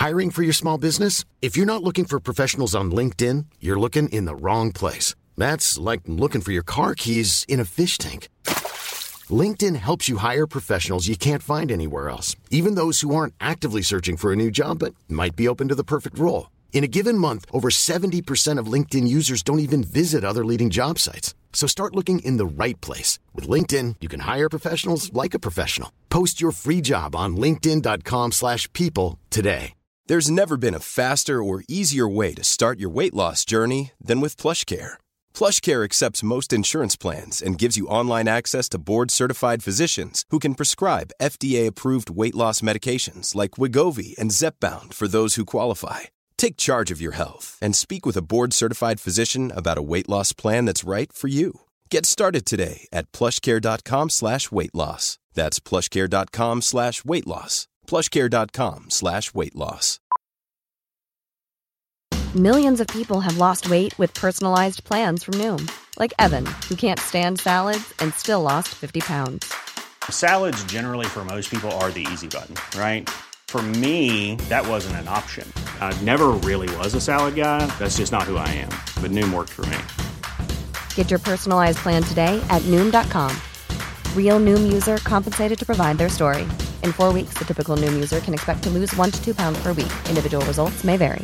Hiring for your small business? If you're not looking for professionals on LinkedIn, you're looking in the wrong place. That's like looking for your car keys in a fish tank. LinkedIn helps you hire professionals you can't find anywhere else, even those who aren't actively searching for a new job but might be open to the perfect role. In a given month, over 70% of LinkedIn users don't even visit other leading job sites. So start looking in the right place. With LinkedIn, you can hire professionals like a professional. Post your free job on linkedin.com/people today. There's never been a faster or easier way to start your weight loss journey than with PlushCare. PlushCare accepts most insurance plans and gives you online access to board-certified physicians who can prescribe FDA-approved weight loss medications like Wegovy and Zepbound for those who qualify. Take charge of your health and speak with a board-certified physician about a weight loss plan that's right for you. Get started today at plushcare.com/weightloss. That's plushcare.com/weightloss. plushcare.com/weightloss. Millions of people have lost weight with personalized plans from Noom. Like Evan, who can't stand salads and still lost 50 pounds. Salads generally for most people are the easy button, right? For me, that wasn't an option. I never really was a salad guy. That's just not who I am. But Noom worked for me. Get your personalized plan today at Noom.com. Real Noom user compensated to provide their story. In 4 weeks, the typical Noom user can expect to lose 1 to 2 pounds per week. Individual results may vary.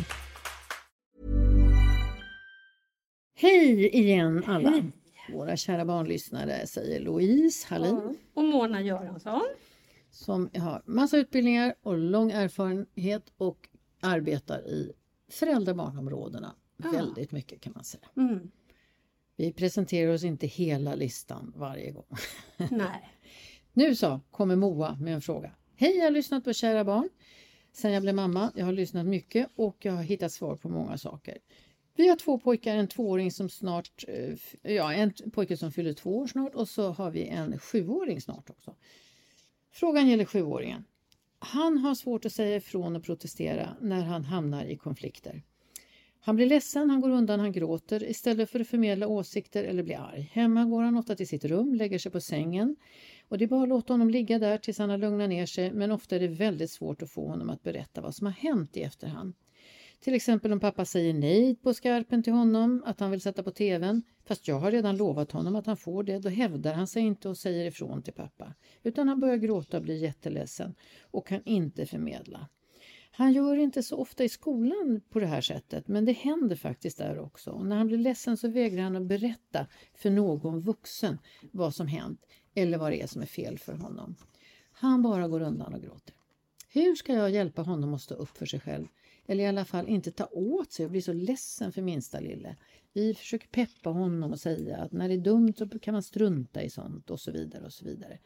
Hej igen alla. Våra kära barnlyssnare, säger Louise Hallin. Ja, och Mona Göransson. Som har massa utbildningar och lång erfarenhet och arbetar i föräldrabarnområdena. Väldigt mycket kan man säga. Mm. Vi presenterar oss inte hela listan varje gång. Nej. Nu så kommer Moa med en fråga. Hej, jag har lyssnat på Kära barn. Sen jag blev mamma, jag har lyssnat mycket och jag har hittat svar på många saker. Vi har 2 pojkar, en 2-åring som snart, en pojke som fyller 2 år snart och så har vi en 7-åring snart också. Frågan gäller 7-åringen. Han har svårt att säga ifrån och protestera när han hamnar i konflikter. Han blir ledsen, han går undan, han gråter istället för att förmedla åsikter eller bli arg. Hemma går han ofta till sitt rum, lägger sig på sängen och det är bara att låta honom ligga där tills han har lugnat ner sig, men ofta är det väldigt svårt att få honom att berätta vad som har hänt i efterhand. Till exempel om pappa säger nej på skarpen till honom, att han vill sätta på tvn. Fast jag har redan lovat honom att han får det. Då hävdar han sig inte och säger ifrån till pappa. Utan han börjar gråta och blir jätteledsen och kan inte förmedla. Han gör inte så ofta i skolan på det här sättet, men det händer faktiskt där också. Och när han blir ledsen så vägrar han att berätta för någon vuxen vad som hänt eller vad det är som är fel för honom. Han bara går undan och gråter. Hur ska jag hjälpa honom att stå upp för sig själv? Eller i alla fall inte ta åt sig och bli så ledsen för minsta lille. Vi försöker peppa honom och säga att när det är dumt så kan man strunta i sånt och så vidare och så vidare.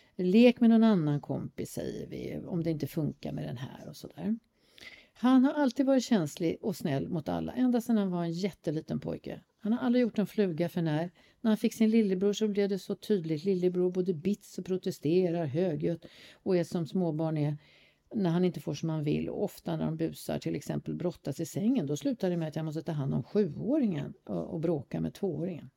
Lek med någon annan kompis säger vi om det inte funkar med den här och sådär. Han har alltid varit känslig och snäll mot alla ända sedan han var en jätteliten pojke. Han har aldrig gjort en fluga för när. När han fick sin lillebror så blev det så tydligt. Lillebror både bits och protesterar högljutt och är som småbarn är när han inte får som han vill. Och ofta när de busar till exempel brottas i sängen, då slutar det med att jag måste ta hand om 7-åringen och bråka med 2-åringen.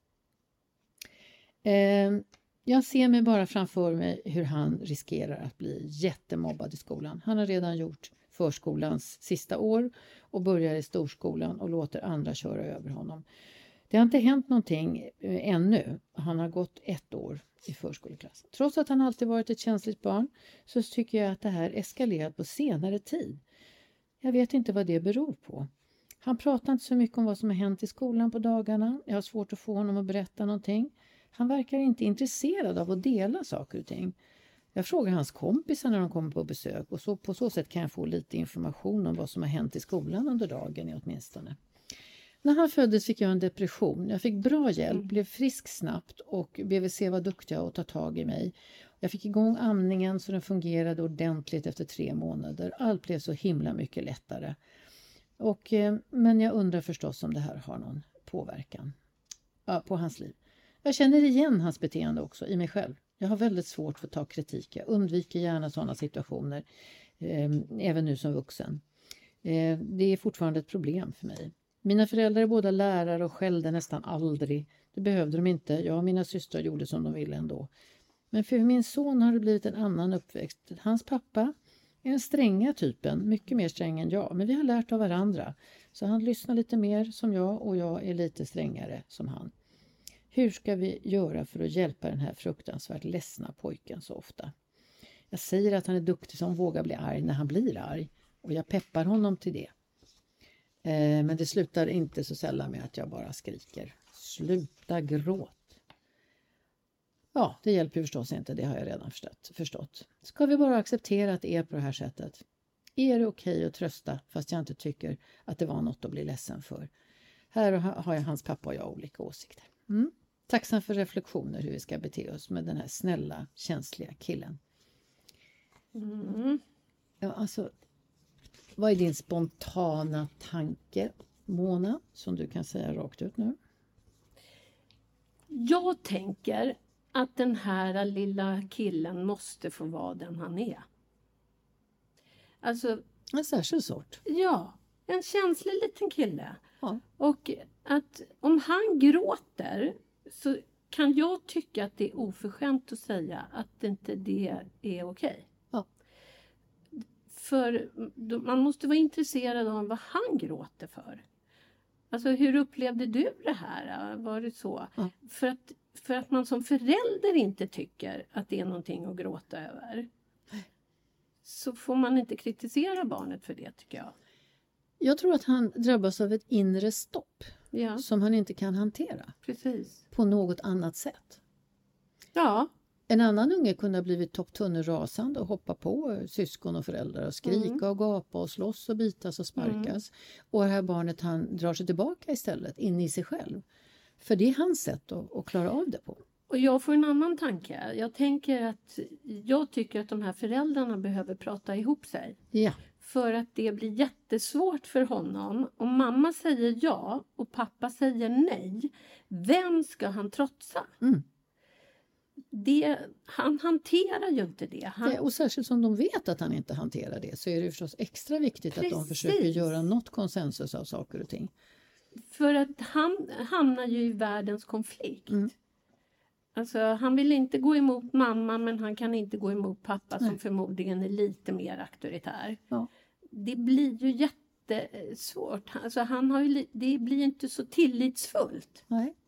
Jag ser mig bara framför mig hur han riskerar att bli jättemobbad i skolan. Han har redan gjort förskolans sista år och börjar i storskolan och låter andra köra över honom. Det har inte hänt någonting ännu. Han har gått 1 år i förskoleklass. Trots att han alltid varit ett känsligt barn så tycker jag att det här eskalerat på senare tid. Jag vet inte vad det beror på. Han pratar inte så mycket om vad som har hänt i skolan på dagarna. Jag har svårt att få honom att berätta någonting. Han verkar inte intresserad av att dela saker och ting. Jag frågar hans kompisar när de kommer på besök och så, på så sätt kan jag få lite information om vad som har hänt i skolan under dagen åtminstone. När han föddes fick jag en depression. Jag fick bra hjälp, blev frisk snabbt och BVC var duktiga att ta tag i mig. Jag fick igång amningen så den fungerade ordentligt efter 3 månader. Allt blev så himla mycket lättare. Men jag undrar förstås om det här har någon påverkan på hans liv. Jag känner igen hans beteende också i mig själv. Jag har väldigt svårt för att ta kritik. Jag undviker gärna sådana situationer, även nu som vuxen. Det är fortfarande ett problem för mig. Mina föräldrar är båda lärare och skällde nästan aldrig. Det behövde de inte. Jag och mina systrar gjorde som de ville ändå. Men för min son har det blivit en annan uppväxt. Hans pappa är den stränga typen, mycket mer sträng än jag. Men vi har lärt av varandra. Så han lyssnar lite mer som jag och jag är lite strängare som han. Hur ska vi göra för att hjälpa den här fruktansvärt ledsna pojken så ofta? Jag säger att han är duktig som vågar bli arg när han blir arg. Och jag peppar honom till det. Men det slutar inte så sällan med att jag bara skriker. Sluta gråt. Ja, det hjälper förstås inte. Det har jag redan förstått. Ska vi bara acceptera att det är på det här sättet? Är det okej att trösta fast jag inte tycker att det var något att bli ledsen för? Här har jag hans pappa och jag olika åsikter. Tacksam för reflektioner hur vi ska bete oss med den här snälla, känsliga killen. Ja, alltså, vad är din spontana tanke, Mona, som du kan säga rakt ut nu? Jag tänker att den här lilla killen måste få vara den han är. Alltså, En särskild sort. ja, en känslig liten kille. Ja. Och att om han gråter så kan jag tycka att det är oförskämt att säga att inte det är okej. Ja. För man måste vara intresserad av vad han gråter för. Alltså hur upplevde du det här? Var det så? Ja. För att man som förälder inte tycker att det är någonting att gråta över. Så får man inte kritisera barnet för det, tycker jag. Jag tror att han drabbas av ett inre stopp Ja, som han inte kan hantera precis. på något annat sätt. Ja, En annan unge kunde ha blivit topptunnerasande och hoppa på syskon och föräldrar och skrika och gapa och slåss och bitas och sparkas. Och det här barnet, han drar sig tillbaka istället in i sig själv. För det är hans sätt att klara av det på. och jag får en annan tanke. Jag tycker att de här föräldrarna behöver prata ihop sig. Ja, För att det blir jättesvårt för honom. Om mamma säger ja och pappa säger nej. Vem ska han trotsa? Han hanterar ju inte det. och särskilt som de vet att han inte hanterar det så är det förstås extra viktigt att de Precis. försöker göra något konsensus av saker och ting. För att han hamnar ju i världens konflikt. Alltså han vill inte gå emot mamma, men han kan inte gå emot pappa som förmodligen är lite mer auktoritär. Ja. Det blir ju jättesvårt. Alltså det blir inte så tillitsfullt.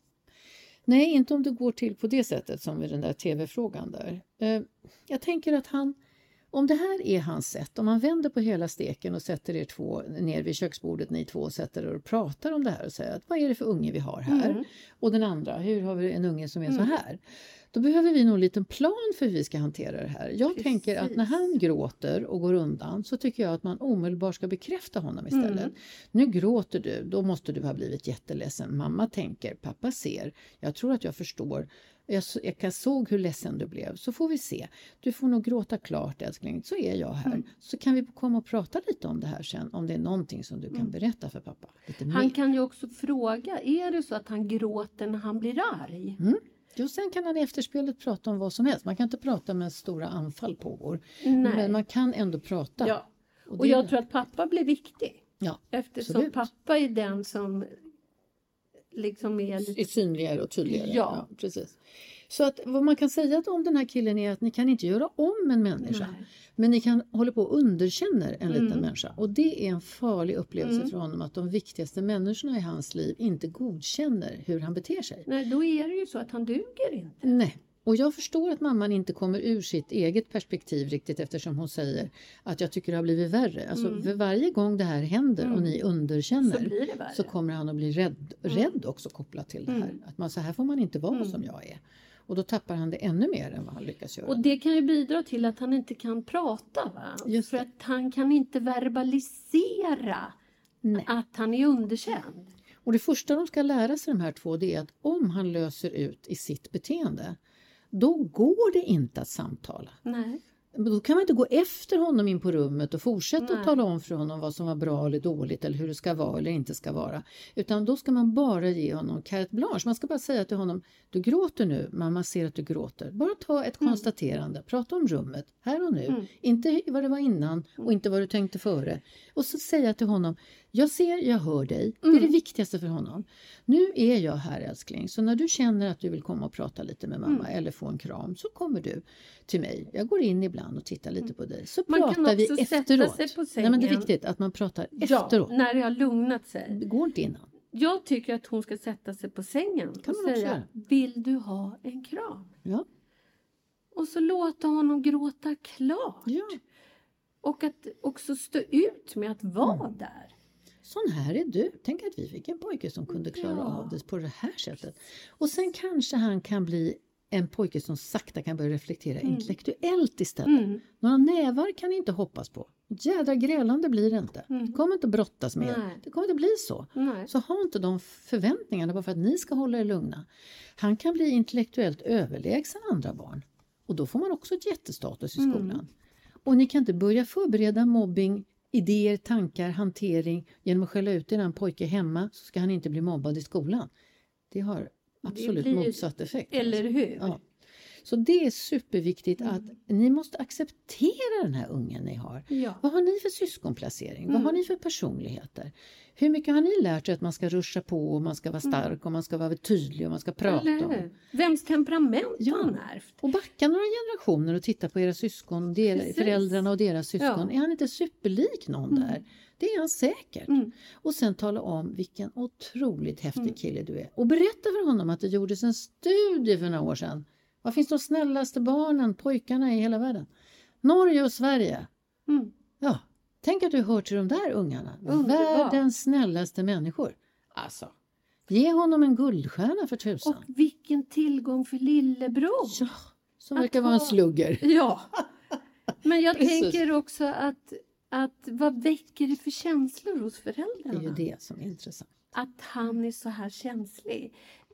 Nej, inte om det går till på det sättet som i den där tv-frågan där. Jag tänker att om det här är hans sätt, om man vänder på hela steken och sätter er två ner vid köksbordet, ni två sätter er och pratar om det här och säger att vad är det för unge vi har här? Och den andra, hur har vi en unge som är så här? Då behöver vi nog en liten plan för hur vi ska hantera det här. Jag tänker att när han gråter och går undan så tycker jag att man omedelbart ska bekräfta honom istället. Nu gråter du, då måste du ha blivit jätteledsen. Mamma tänker, pappa ser, jag tror att jag förstår. Jag såg hur ledsen du blev, så får vi se. Du får nog gråta klart, älskling, så är jag här. Så kan vi komma och prata lite om det här sen, om det är någonting som du kan berätta för pappa. Lite Han mer. kan ju också fråga, är det så att han gråter när han blir arg? Jo, sen kan han i efterspelet prata om vad som helst. Man kan inte prata med stora anfall pågår. Nej. Men man kan ändå prata. Ja. Och jag tror att pappa blir viktig. Ja, Eftersom absolut. pappa är den som liksom är lite... är synligare och tydligare. Ja. Precis. Så att vad man kan säga om den här killen är att ni kan inte göra om en människa. Nej. Men ni kan hålla på och underkänner en liten människa. Och det är en farlig upplevelse för honom att de viktigaste människorna i hans liv inte godkänner hur han beter sig. Nej, då är det ju så att han duger inte. Nej. Och jag förstår att mamman inte kommer ur sitt eget perspektiv riktigt eftersom hon säger att jag tycker det har blivit värre. Alltså för varje gång det här händer och ni underkänner Så blir det värre. så kommer han att bli rädd också kopplat till det här. Att man så här får man inte vara som jag är. Och då tappar han det ännu mer än vad han lyckas göra. Och det kan ju bidra till att han inte kan prata. Va? Just för det. att han kan inte verbalisera att han är underkänd. Och det första de ska lära sig de här två det är att om han löser ut i sitt beteende då går det inte att samtala. Nej. Men då kan man inte gå efter honom in på rummet och fortsätta att tala om för honom vad som var bra eller dåligt eller hur det ska vara eller inte ska vara. Utan då ska man bara ge honom carte blanche. Man ska bara säga till honom, du gråter nu, mamma ser att du gråter. Bara ta ett konstaterande, prata om rummet, här och nu. Inte vad det var innan och inte vad du tänkte före. Och så säga till honom, jag ser, jag hör dig. Det är det viktigaste för honom. Nu är jag här älskling, så när du känner att du vill komma och prata lite med mamma eller få en kram så kommer du till mig. Jag går in ibland. ibland och tittar lite på dig. Så Man kan pratar vi också sätta efteråt. sig på Nej, sängen. men det är viktigt att man pratar Ja, efteråt. när det har lugnat sig. Det går inte innan. Jag tycker att hon ska sätta sig på sängen och man också säga, göra. vill du ha en kram? Ja. Och så låta honom gråta klart. Ja. Och att också stå ut med att vara där. Sån här är du. Tänk att vi fick en pojke som kunde klara av det på det här sättet. Och sen kanske han kan bli en pojke som sakta kan börja reflektera intellektuellt istället. Några nävar kan ni inte hoppas på. Jädra grälande blir det inte. Det kommer inte brottas med. Nej. Det kommer inte bli så. Nej. Så ha inte de förväntningarna bara för att ni ska hålla er lugna. Han kan bli intellektuellt överlägsen andra barn. Och då får man också ett jättestatus i skolan. Och ni kan inte börja förbereda mobbing, idéer, tankar, hantering genom att skälla ut en pojke hemma så ska han inte bli mobbad i skolan. Det har absolut blir ju- motsatt effekt. Eller hur? Ja. Så det är superviktigt att ni måste acceptera den här ungen ni har. Ja. Vad har ni för syskonplacering? Vad har ni för personligheter? Hur mycket har ni lärt er att man ska ruscha på och man ska vara stark och man ska vara tydlig och man ska prata Eller om? hur? Vems temperament har han ärvt? Och backa några generationer och titta på era syskon, Precis. föräldrarna och deras syskon. Ja. Är han inte superlik någon där? Det är han säkert. Och sen tala om vilken otroligt häftig kille du är. Och berätta för honom att det gjordes en studie för några år sedan. Vad finns de snällaste barnen, pojkarna i hela världen? Norge och Sverige. Ja, tänk att du hör till de där ungarna. Världens snällaste människor. Alltså, ge honom en guldstjärna för tusan. Och vilken tillgång för lillebror. Ja, som verkar vara en slugger. Ja. Men jag Precis. tänker också att vad väcker det för känslor hos Det föräldrarna? är ju det som är intressant. Att han är så här känslig.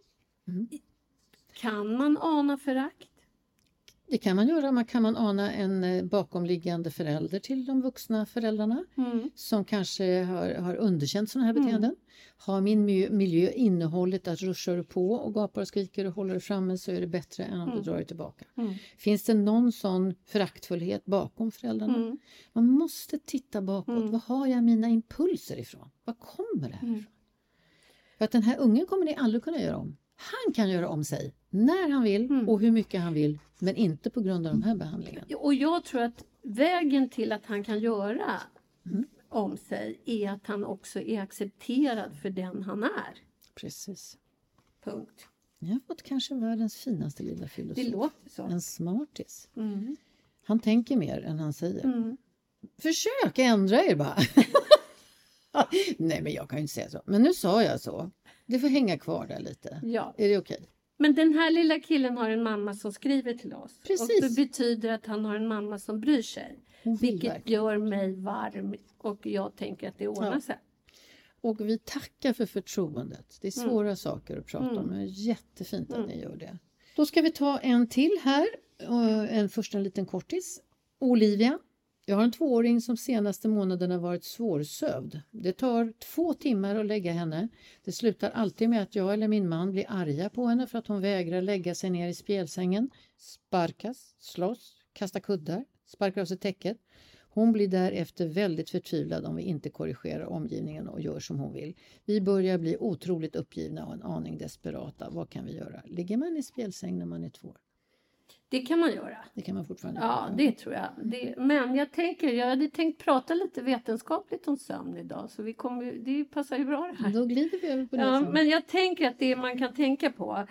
Kan man ana förakt? Det kan man göra. Kan man ana en bakomliggande förälder till de vuxna föräldrarna som kanske har underkänt sådana här beteenden. Har min miljö innehållit att ruschar du på och gapar och skriker och håller dig framme så är det bättre än om du drar dig tillbaka. Finns det någon sån föraktfullhet bakom föräldrarna? Man måste titta bakåt. Vad har jag mina impulser ifrån? Var kommer det här ifrån? För att den här ungen kommer ni aldrig kunna göra om. Han kan göra om sig när han vill och hur mycket han vill. Men inte på grund av de här behandlingarna. Och jag tror att vägen till att han kan göra om sig är att han också är accepterad för den han är. Precis. Punkt. Jag har fått kanske världens finaste lilla filosof. Det låter så. En smartis. Han tänker mer än han säger. Försök ändra er bara. Nej, men jag kan ju inte säga så. Men nu sa jag så. Det får hänga kvar där lite. Ja. Är det okej? Men den här lilla killen har en mamma som skriver till oss. Precis. Och det betyder att han har en mamma som bryr sig. Hon vill Vilket verkligen. gör mig varm. Och jag tänker att det ordnar sig. Och vi tackar för förtroendet. Det är svåra saker att prata om. Men det är jättefint att ni gör det. Då ska vi ta en till här. Först en liten kortis. Olivia. Jag har en 2-åring som senaste månaderna varit svårsövd. Det tar 2 timmar att lägga henne. Det slutar alltid med att jag eller min man blir arga på henne för att hon vägrar lägga sig ner i spjälsängen. Sparkas, slåss, kasta kuddar, sparkar av sig täcket. Hon blir därefter väldigt förtvivlad om vi inte korrigerar omgivningen och gör som hon vill. Vi börjar bli otroligt uppgivna och en aning desperata. Vad kan vi göra? Ligger man i spjälsäng när man är 2 år? Det kan man göra. Det kan man fortfarande Ja, göra. det tror jag. Men jag hade tänkt prata lite vetenskapligt om sömn idag. Så det passar ju bra det här. Då glider vi över på det. Ja, sen. men jag tänker att det man kan tänka på.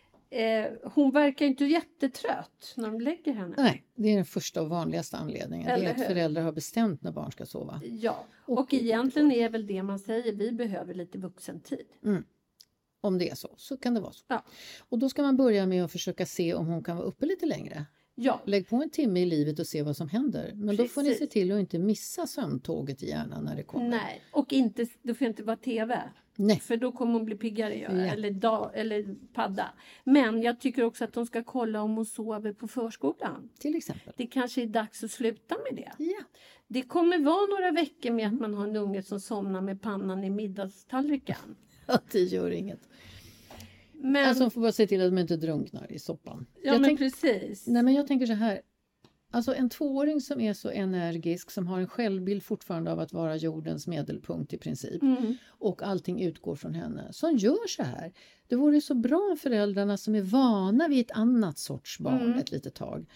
Hon verkar inte jättetrött när de lägger henne. Nej, det är den första och vanligaste anledningen. Det Eller är att hur? föräldrar har bestämt när barn ska sova. Ja, och egentligen är väl det man säger. Vi behöver lite vuxentid. Om det är så kan det vara så. Ja. Och då ska man börja med att försöka se om hon kan vara uppe lite längre. Ja, Lägg på en timme i livet och se vad som händer. Men då får ni Precis. se till att inte missa sömntåget i hjärnan när det kommer. nej. Och det får inte vara tv. Nej. För då kommer hon bli piggare. Ja. Eller padda. Men jag tycker också att de ska kolla om hon sover på förskolan. Till exempel. Det kanske är dags att sluta med det. Ja. Det kommer vara några veckor med att man har en unge som somnar med pannan i middagstallriken. Det gör inget. Men, Alltså hon får bara se till att de inte drunknar i soppan. ja, men precis. Nej, men jag tänker så här. Alltså en 2-åring som är så energisk, som har en självbild fortfarande av att vara jordens medelpunkt i princip. Och allting utgår från henne. Som gör så här. Det vore så bra om föräldrarna som är vana vid ett annat sorts barn ett litet tag.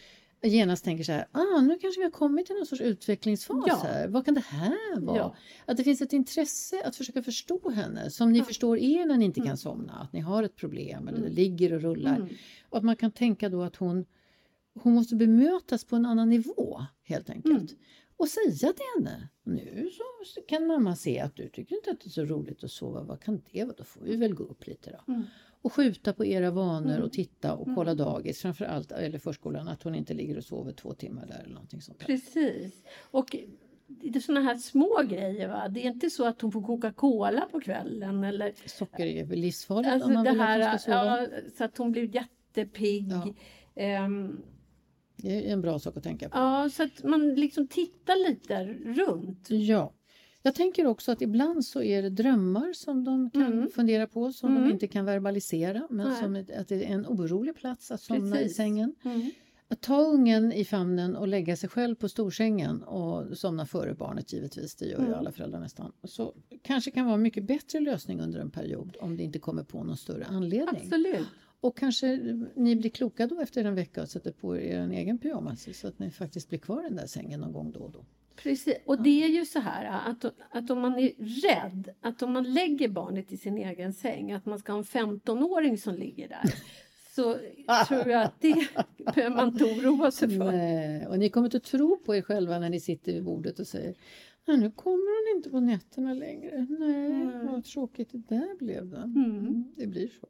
genast tänker så här, nu kanske vi har kommit till någon sorts utvecklingsfas här. Vad kan det här vara? Ja. Att det finns ett intresse att försöka förstå henne, som ni förstår er när ni inte kan somna. Att ni har ett problem eller det ligger och rullar. Och att man kan tänka då att hon måste bemötas på en annan nivå helt enkelt. Och säga till henne, nu så kan mamma se att du tycker inte att det är så roligt att sova. Vad kan det vara? Då får vi väl gå upp lite då. Och skjuta på era vanor och titta och kolla dagis. Framförallt, eller förskolan, att hon inte ligger och sover 2 timmar där eller någonting sånt där. Precis. Och det är såna här små grejer, va? Det är inte så att hon får Coca-Cola på kvällen. Eller, socker är väl livsfarligt alltså om man vill här, att hon ska sova. Ja, så att hon blir jättepigg. Ja. Det är en bra sak att tänka på. Ja, så att man liksom tittar lite runt. Ja. Jag tänker också att ibland så är det drömmar som de kan fundera på, som de inte kan verbalisera, men som att det är en orolig plats att somna i sängen. Att ta ungen i famnen och lägga sig själv på storsängen och somna före barnet, givetvis, det gör ju alla föräldrar nästan. Så kanske kan vara en mycket bättre lösning under en period om det inte kommer på någon större anledning. Absolut. Och kanske ni blir kloka då efter en vecka och sätter på er egen pyjamas så att ni faktiskt blir kvar i den där sängen någon gång då och då. Precis, och det är ju så här att om man är rädd, att om man lägger barnet i sin egen säng, att man ska ha en 15-åring som ligger där, så tror jag att det behöver man inte oroa sig för. Nej, och ni kommer inte tro på er själva när ni sitter vid bordet och säger, nu kommer hon inte på nätterna längre. Nej, vad tråkigt det där blev det. Det blir så.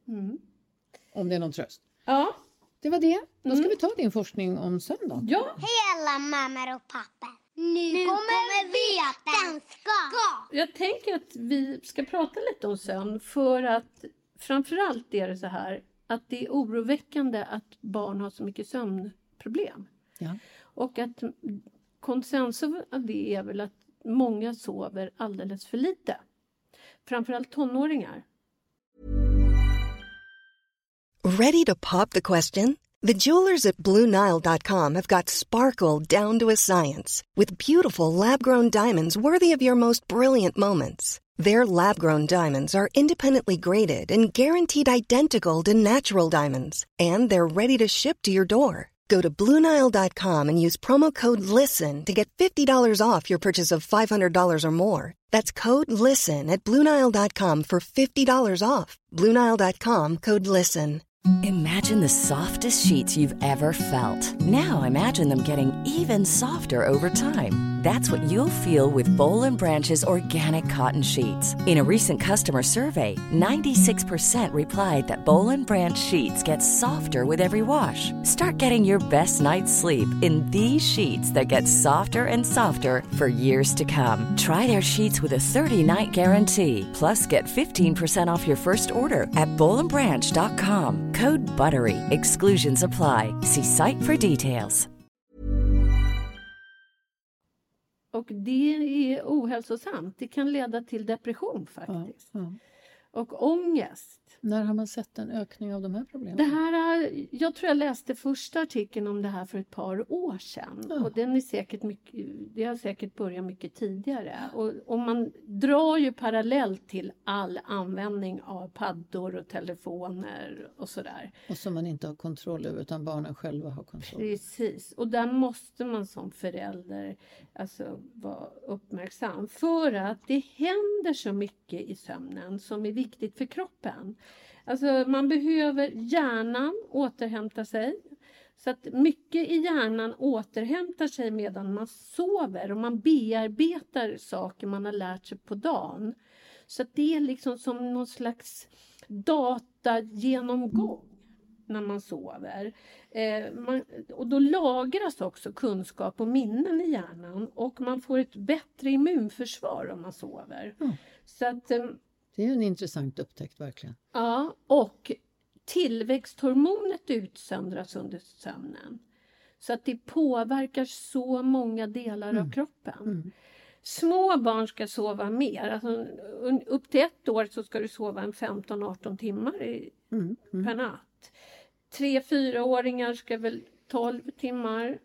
Om det är någon tröst. Ja. Det var det. Då ska vi ta din forskning om sömn då. Ja. Hela mammor och pappa. Nu kommer vetenskap. Jag tänker att vi ska prata lite om sömn, för att framförallt är det så här att det är oroväckande att barn har så mycket sömnproblem. Ja. Och att konsensus av det är väl att många sover alldeles för lite. Framförallt tonåringar. Ready to pop the question? The jewelers at BlueNile.com have got sparkle down to a science with beautiful lab-grown diamonds worthy of your most brilliant moments. Their lab-grown diamonds are independently graded and guaranteed identical to natural diamonds, and they're ready to ship to your door. Go to BlueNile.com and use promo code LISTEN to get $50 off your purchase of $500 or more. That's code LISTEN at BlueNile.com for $50 off. BlueNile.com, code LISTEN. Imagine the softest sheets you've ever felt. Now imagine them getting even softer over time. That's what you'll feel with Boll & Branch's organic cotton sheets. In a recent customer survey, 96% replied that Boll & Branch sheets get softer with every wash. Start getting your best night's sleep in these sheets that get softer and softer for years to come. Try their sheets with a 30-night guarantee. Plus, get 15% off your first order at BollandBranch.com. Code BUTTERY. Exclusions apply. See site for details. Och det är ohälsosamt. Det kan leda till depression faktiskt. Ja. Och ångest. När har man sett en ökning av de här problemen? Det här, jag tror jag läste första artikeln om det här för ett par år sedan. Ja. Och den är säkert det har säkert börjat mycket tidigare. Och man drar ju parallellt till all användning av paddor och telefoner och sådär. Och som man inte har kontroll över, utan barnen själva har kontroll. Precis, och där måste man som förälder alltså vara uppmärksam. För att det händer så mycket i sömnen som är viktigt för kroppen. Alltså man behöver hjärnan återhämta sig. Så att mycket i hjärnan återhämtar sig medan man sover. Och man bearbetar saker man har lärt sig på dagen. Så att det är liksom som någon slags datagenomgång när man sover. Och då lagras också kunskap och minnen i hjärnan. Och man får ett bättre immunförsvar om man sover. Så att... Det är en intressant upptäckt verkligen. Ja, och tillväxthormonet utsöndras under sömnen. Så att det påverkar så många delar av kroppen. Små barn ska sova mer. Alltså, upp till 1 år så ska du sova en 15-18 timmar per natt. 3-4-åringar ska väl 12 timmar.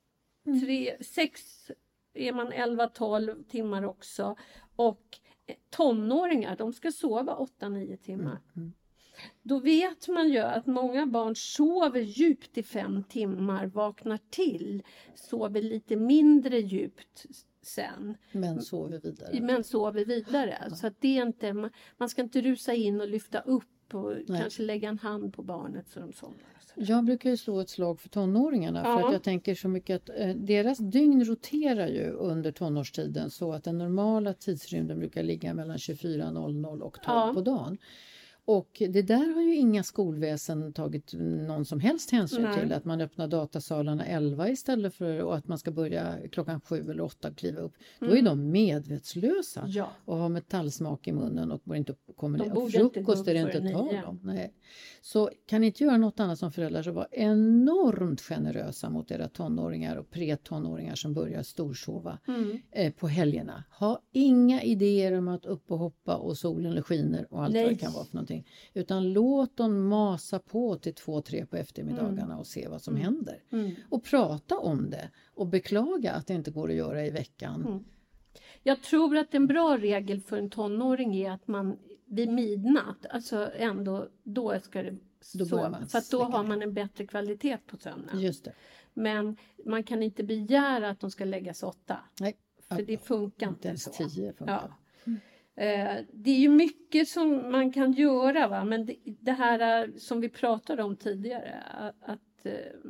6 är man 11-12 timmar också. Och tonåringar, de ska sova 8-9 timmar. Då vet man ju att många barn sover djupt i 5 timmar, vaknar till, sover lite mindre djupt sen. Men sover vidare. Ja. Så att det är inte, man ska inte rusa in och lyfta upp och kanske lägga en hand på barnet så de somnar. Jag brukar ju slå ett slag för tonåringarna för att jag tänker så mycket att deras dygn roterar ju under tonårstiden så att den normala tidsrymden brukar ligga mellan 24.00 och 12 på dagen. Och det där har ju inga skolväsen tagit någon som helst hänsyn till. Att man öppnar datasalarna 11 istället för och att man ska börja klockan 7 eller 8 och kliva upp. Då är de medvetslösa och har metallsmak i munnen och kommer frukost är det inte tal om. Nej. Så kan ni inte göra något annat som föräldrar så var enormt generösa mot era tonåringar och pretonåringar som börjar storsova på helgerna. Ha inga idéer om att upp och hoppa och solen skiner och allt vad det kan vara för någonting. Utan låt dem masa på till 2-3 på eftermiddagarna och se vad som händer. Och prata om det och beklaga att det inte går att göra i veckan. Jag tror att en bra regel för en tonåring är att man vid midnatt, alltså ändå, då ska det sova. För att då har man en bättre kvalitet på sömnen. Just det. Men man kan inte begära att de ska läggas 8. Nej. För det funkar inte ens så. 10 funkar. Det är ju mycket som man kan göra, va? Men det här som vi pratade om tidigare, att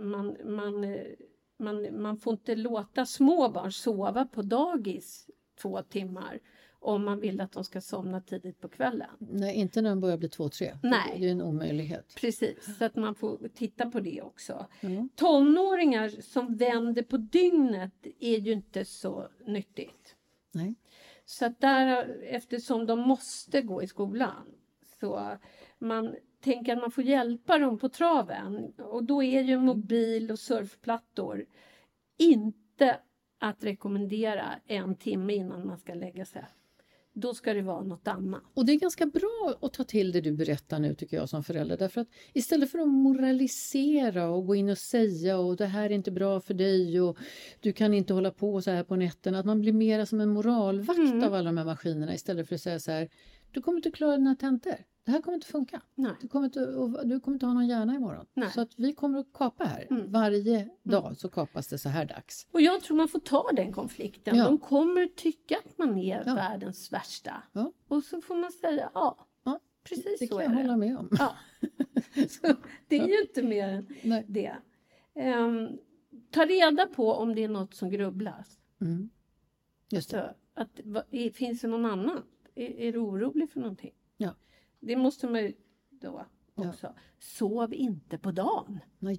man får inte låta små barn sova på dagis 2 timmar om man vill att de ska somna tidigt på kvällen. Nej, inte när de börjar bli 2-3. Nej. Det är en omöjlighet. Precis, så att man får titta på det också. Tonåringar som vänder på dygnet är ju inte så nyttigt. Nej. Så att eftersom de måste gå i skolan så man tänker att man får hjälpa dem på traven. Och då är ju mobil- och surfplattor inte att rekommendera 1 timme innan man ska lägga sig. Då ska det vara något annat. Och det är ganska bra att ta till det du berättar nu tycker jag som förälder. Därför att istället för att moralisera och gå in och säga och det här är inte bra för dig och du kan inte hålla på så här på nätterna. Att man blir mer som en moralvakt av alla de här maskinerna istället för att säga så här. Du kommer inte klara dina tentor. Det här kommer inte funka. Nej. Du kommer inte ha någon hjärna imorgon. Nej. Så att vi kommer att kapa här. Varje dag så kapas det så här dags. Och jag tror man får ta den konflikten. De kommer tycka att man är världens värsta. Ja. Och så får man säga precis det så kan är det. Jag hålla med om. Ja. Så det är ju inte mer än det. Ta reda på om det är något som grubblas. Just det. Finns det någon annan? Är du orolig för någonting? Ja. Det måste man ju då också. Ja. Sov inte på dagen. Nej.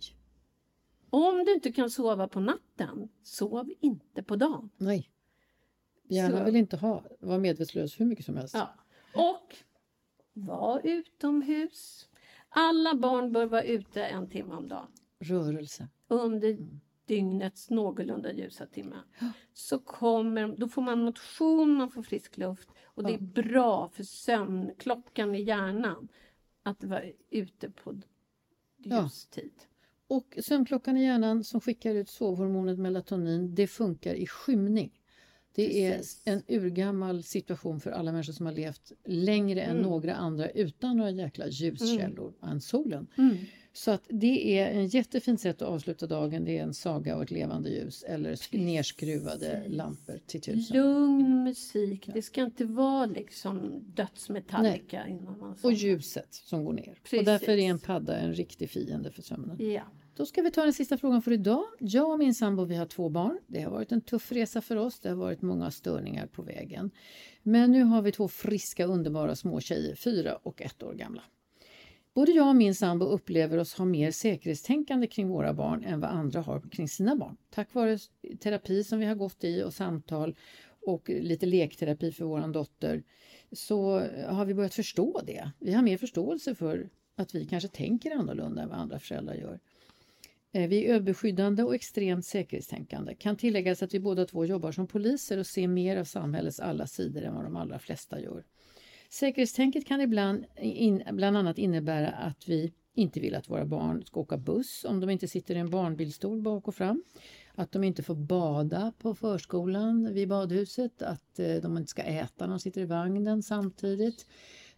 Om du inte kan sova på natten, sov inte på dagen. Nej. Hjärnan vill inte vara medvetslös hur mycket som helst. Ja. Och var utomhus. Alla barn bör vara ute 1 timme om dagen. Rörelse. Under dygnets någorlunda ljusa timme. Så då får man motion, man får frisk luft. Och det är bra för sömnklockan i hjärnan att vara ute på ljustid. Och sömnklockan i hjärnan som skickar ut sovhormonet melatonin, det funkar i skymning. Det är en urgammal situation för alla människor som har levt längre än några andra utan några jäkla ljuskällor än solen. Så att det är en jättefint sätt att avsluta dagen. Det är en saga och ett levande ljus eller nerskruvade lampor till 1000. Lugn musik. Det ska inte vara liksom dödsmetallika innan man somnar. Och ljuset som går ner. Precis. Och därför är en padda en riktig fiende för sömnen. Ja. Då ska vi ta den sista frågan för idag. Jag och min sambo, vi har 2 barn. Det har varit en tuff resa för oss. Det har varit många störningar på vägen. Men nu har vi 2 friska, underbara små tjejer, 4 och 1 år gamla. Både jag och min sambo upplever oss ha mer säkerhetstänkande kring våra barn än vad andra har kring sina barn. Tack vare terapi som vi har gått i och samtal och lite lekterapi för våran dotter så har vi börjat förstå det. Vi har mer förståelse för att vi kanske tänker annorlunda än vad andra föräldrar gör. Vi är överbeskyddande och extremt säkerhetstänkande. Kan tilläggas att vi båda 2 jobbar som poliser och ser mer av samhällets alla sidor än vad de allra flesta gör. Säkerhetstänket kan bland annat innebära att vi inte vill att våra barn ska åka buss om de inte sitter i en barnbilstol bak och fram. Att de inte får bada på förskolan vid badhuset. Att de inte ska äta när de sitter i vagnen samtidigt.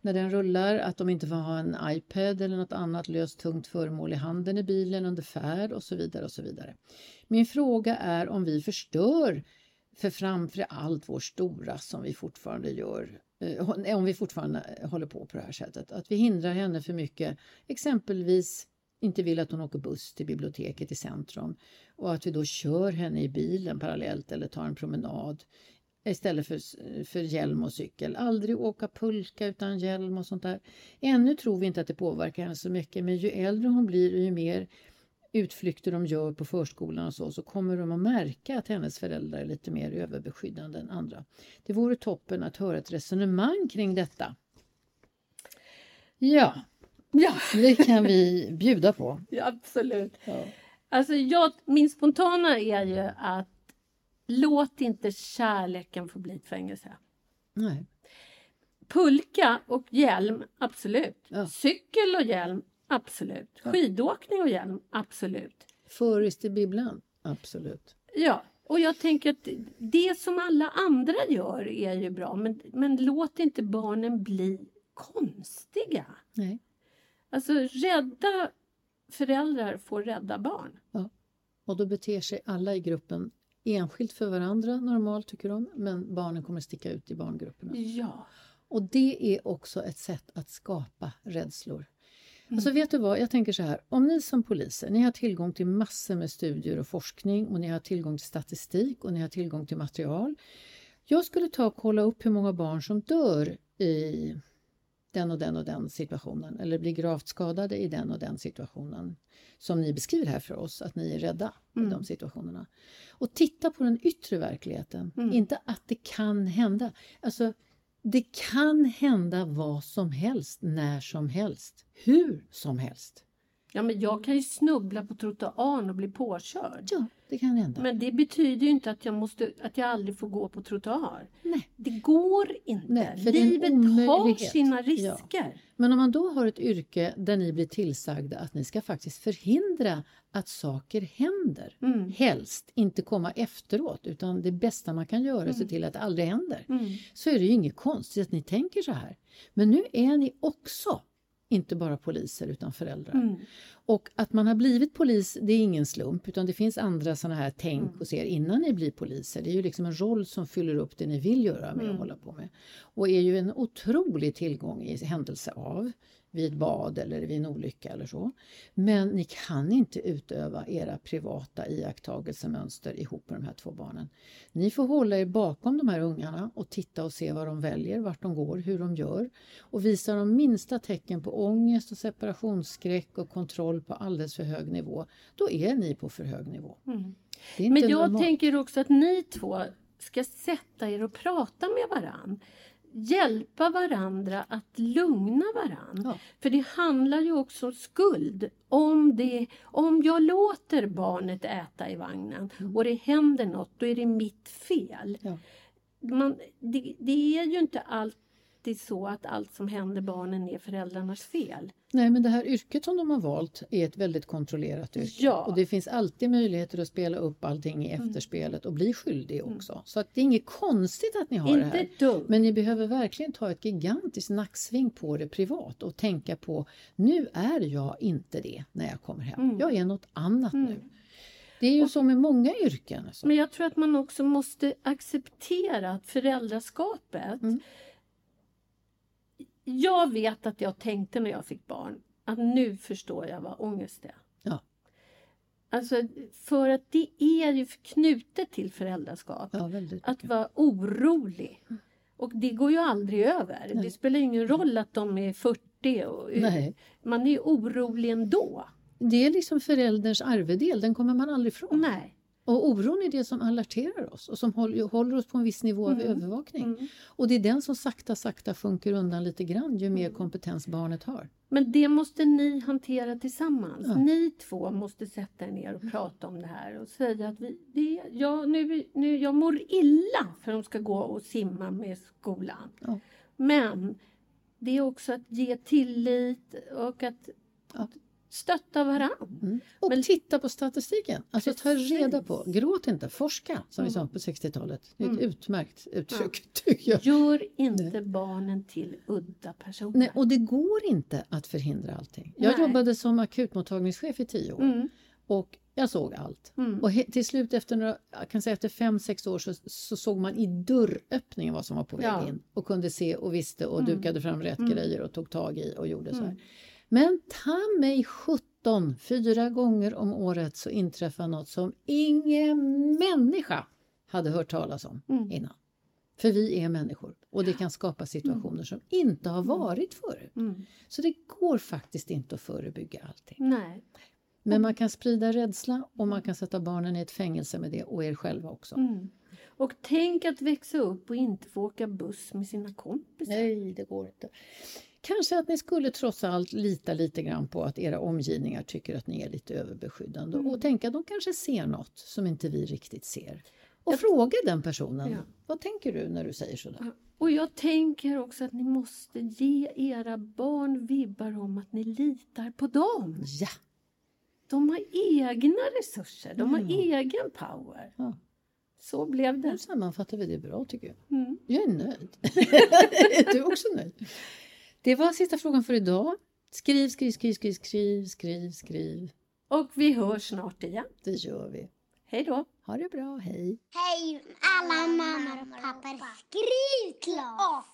när den rullar, att de inte får ha en iPad eller något annat löst tungt föremål i handen i bilen under färd och så vidare och så vidare. Min fråga är om vi förstör för framför allt vår stora som vi fortfarande gör, om vi fortfarande håller på det här sättet. Att vi hindrar henne för mycket, exempelvis inte vill att hon åker buss till biblioteket i centrum och att vi då kör henne i bilen parallellt eller tar en promenad istället för hjälm och cykel. Aldrig åka pulka utan hjälm och sånt där. Ännu tror vi inte att det påverkar henne så mycket, men ju äldre hon blir och ju mer utflykter de gör på förskolan och så kommer de att märka att hennes föräldrar är lite mer överbeskyddande än andra. Det vore toppen att höra ett resonemang kring detta. Ja, det kan vi bjuda på. Ja, absolut. Ja. Alltså min spontana är ju att låt inte kärleken få bli ett fängelse. Nej. Pulka och hjälm, absolut. Ja. Cykel och hjälm, absolut. Ja. Skidåkning och hjälm, absolut. Förrest i bibblan, absolut. Ja, och jag tänker att det som alla andra gör är ju bra. Men låt inte barnen bli konstiga. Nej. Alltså rädda föräldrar får rädda barn. Ja, och då beter sig alla i gruppen enskilt för varandra normalt tycker de, men barnen kommer sticka ut i barngrupperna. Ja. Och det är också ett sätt att skapa rädslor. Alltså vet du vad, jag tänker så här, om ni som poliser, ni har tillgång till massor med studier och forskning och ni har tillgång till statistik och ni har tillgång till material. Jag skulle ta och kolla upp hur många barn som dör i den och den situationen eller blir gravt skadade i den och den situationen som ni beskriver här för oss, att ni är rädda i de situationerna. Och titta på den yttre verkligheten, inte att det kan hända. Alltså det kan hända vad som helst, när som helst, hur som helst. Ja, men jag kan ju snubbla på trottoaren och bli påkörd. Ja, det kan hända. Men det betyder ju inte att jag aldrig får gå på trottoar. Nej. Det går inte. Nej, för livet har sina risker. Ja. Men om man då har ett yrke där ni blir tillsagda att ni ska faktiskt förhindra att saker händer. Helst inte komma efteråt, utan det bästa man kan göra är att se till att det aldrig händer. Så är det ju inget konstigt att ni tänker så här. Men nu är ni också inte bara poliser utan föräldrar. Och att man har blivit polis, det är ingen slump, utan det finns andra sådana här tänk hos er innan ni blir poliser. Det är ju liksom en roll som fyller upp det ni vill göra med och hålla på med. Och är ju en otrolig tillgång i händelse av vid ett bad eller vid en olycka eller så. Men ni kan inte utöva era privata iakttagelsemönster ihop med de här två barnen. Ni får hålla er bakom de här ungarna och titta och se vad de väljer, vart de går, hur de gör. Och visar de minsta tecken på ångest och separationsskräck och kontroll på alldeles för hög nivå, då är ni på för hög nivå. Det är inte Men jag normalt. tänker också att ni två ska sätta er och prata med varann. Hjälpa varandra att lugna varann. Ja. För det handlar ju också om skuld. Om jag låter barnet äta i vagnen och det händer något, då är det mitt fel. Ja. Det är ju inte alltid så att allt som händer barnen är föräldrarnas fel. Nej, men det här yrket som de har valt är ett väldigt kontrollerat yrke. Ja. Och det finns alltid möjligheter att spela upp allting i efterspelet och bli skyldig också. Så att det är inget konstigt att ni har det här. Inte dumt. Men ni behöver verkligen ta ett gigantiskt nacksving på det privat och tänka på, nu är jag inte det när jag kommer hem. Jag är något annat nu. Det är ju så med många yrken. Alltså. Men jag tror att man också måste acceptera att föräldraskapet. Jag vet att jag tänkte när jag fick barn att nu förstår jag vad ångest är. Ja. Alltså för att det är ju knutet till föräldraskap. Ja, väldigt att mycket. vara orolig. Och det går ju aldrig över. Nej. Det spelar ingen roll att de är 40. Och Nej. Man är ju orolig ändå. Det är liksom förälderns arvedel, den kommer man aldrig ifrån. Nej. Och oron är det som alerterar oss och som håller oss på en viss nivå av övervakning. Och det är den som sakta sjunker undan lite grann ju mer kompetens barnet har. Men det måste ni hantera tillsammans. Ja. Ni två måste sätta er ner och prata om det här. Och säga att jag mår illa för att de ska gå och simma med skolan. Ja. Men det är också att ge tillit och att stötta varandra. Och titta på statistiken. Alltså ta reda på, gråt inte, forska som vi sa på 60-talet. Det är ett utmärkt uttryck tycker jag. Gör inte barnen till udda personer. Nej, och det går inte att förhindra allting. Jag jobbade som akutmottagningschef i 10 år. Och jag såg allt. Och till slut efter 5-6 år så såg man i dörröppningen vad som var på väg in. Och kunde se och visste och dukade fram rätt grejer och tog tag i och gjorde så här. Men ta mig 4 gånger om året så inträffar något som ingen människa hade hört talas om innan. För vi är människor och det kan skapa situationer som inte har varit förut. Så det går faktiskt inte att förebygga allting. Nej. Men man kan sprida rädsla och man kan sätta barnen i ett fängelse med det och er själva också. Och tänk att växa upp och inte få åka buss med sina kompisar. Nej, det går inte. Kanske att ni skulle trots allt lita lite grann på att era omgivningar tycker att ni är lite överbeskyddande. Och tänka att de kanske ser något som inte vi riktigt ser. Och fråga den personen, vad tänker du när du säger sådär? Och jag tänker också att ni måste ge era barn vibbar om att ni litar på dem. Ja. De har egna resurser, de har egen power. Ja. Så blev det. Nu sammanfattar vi det bra tycker jag. Jag är nöjd. Är du också nöjd? Det var sista frågan för idag. Skriv. Och vi hörs snart igen. Det gör vi. Hej då. Ha det bra, hej. Hej alla mammor och pappor. Skriv klart.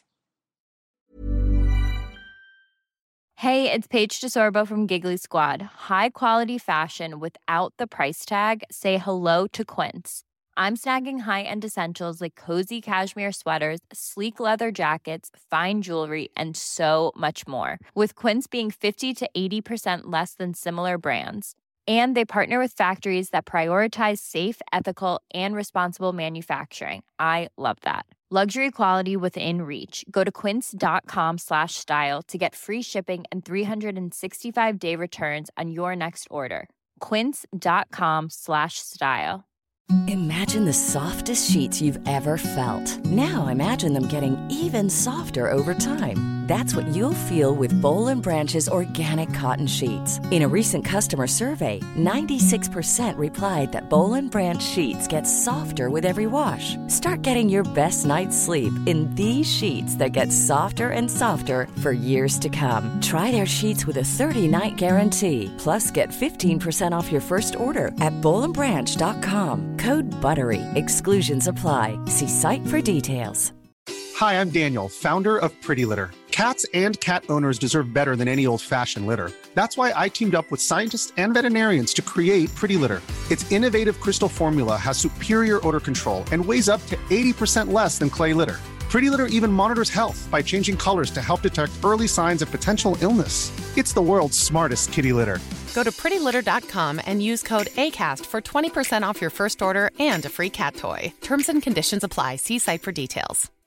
Hey, it's Paige DeSorbo from Giggly Squad. High quality fashion without the price tag. Say hello to Quince. I'm snagging high-end essentials like cozy cashmere sweaters, sleek leather jackets, fine jewelry, and so much more. With Quince being 50 to 80% less than similar brands. And they partner with factories that prioritize safe, ethical, and responsible manufacturing. I love that. Luxury quality within reach. Go to quince.com/style to get free shipping and 365-day returns on your next order. Quince.com/style. Imagine the softest sheets you've ever felt. Now imagine them getting even softer over time. That's what you'll feel with Boll & Branch's organic cotton sheets. In a recent customer survey, 96% replied that Boll & Branch sheets get softer with every wash. Start getting your best night's sleep in these sheets that get softer and softer for years to come. Try their sheets with a 30-night guarantee. Plus, get 15% off your first order at bollandbranch.com. Code BUTTERY. Exclusions apply. See site for details. Hi, I'm Daniel, founder of Pretty Litter. Cats and cat owners deserve better than any old-fashioned litter. That's why I teamed up with scientists and veterinarians to create Pretty Litter. Its innovative crystal formula has superior odor control and weighs up to 80% less than clay litter. Pretty Litter even monitors health by changing colors to help detect early signs of potential illness. It's the world's smartest kitty litter. Go to prettylitter.com and use code ACAST for 20% off your first order and a free cat toy. Terms and conditions apply. See site for details.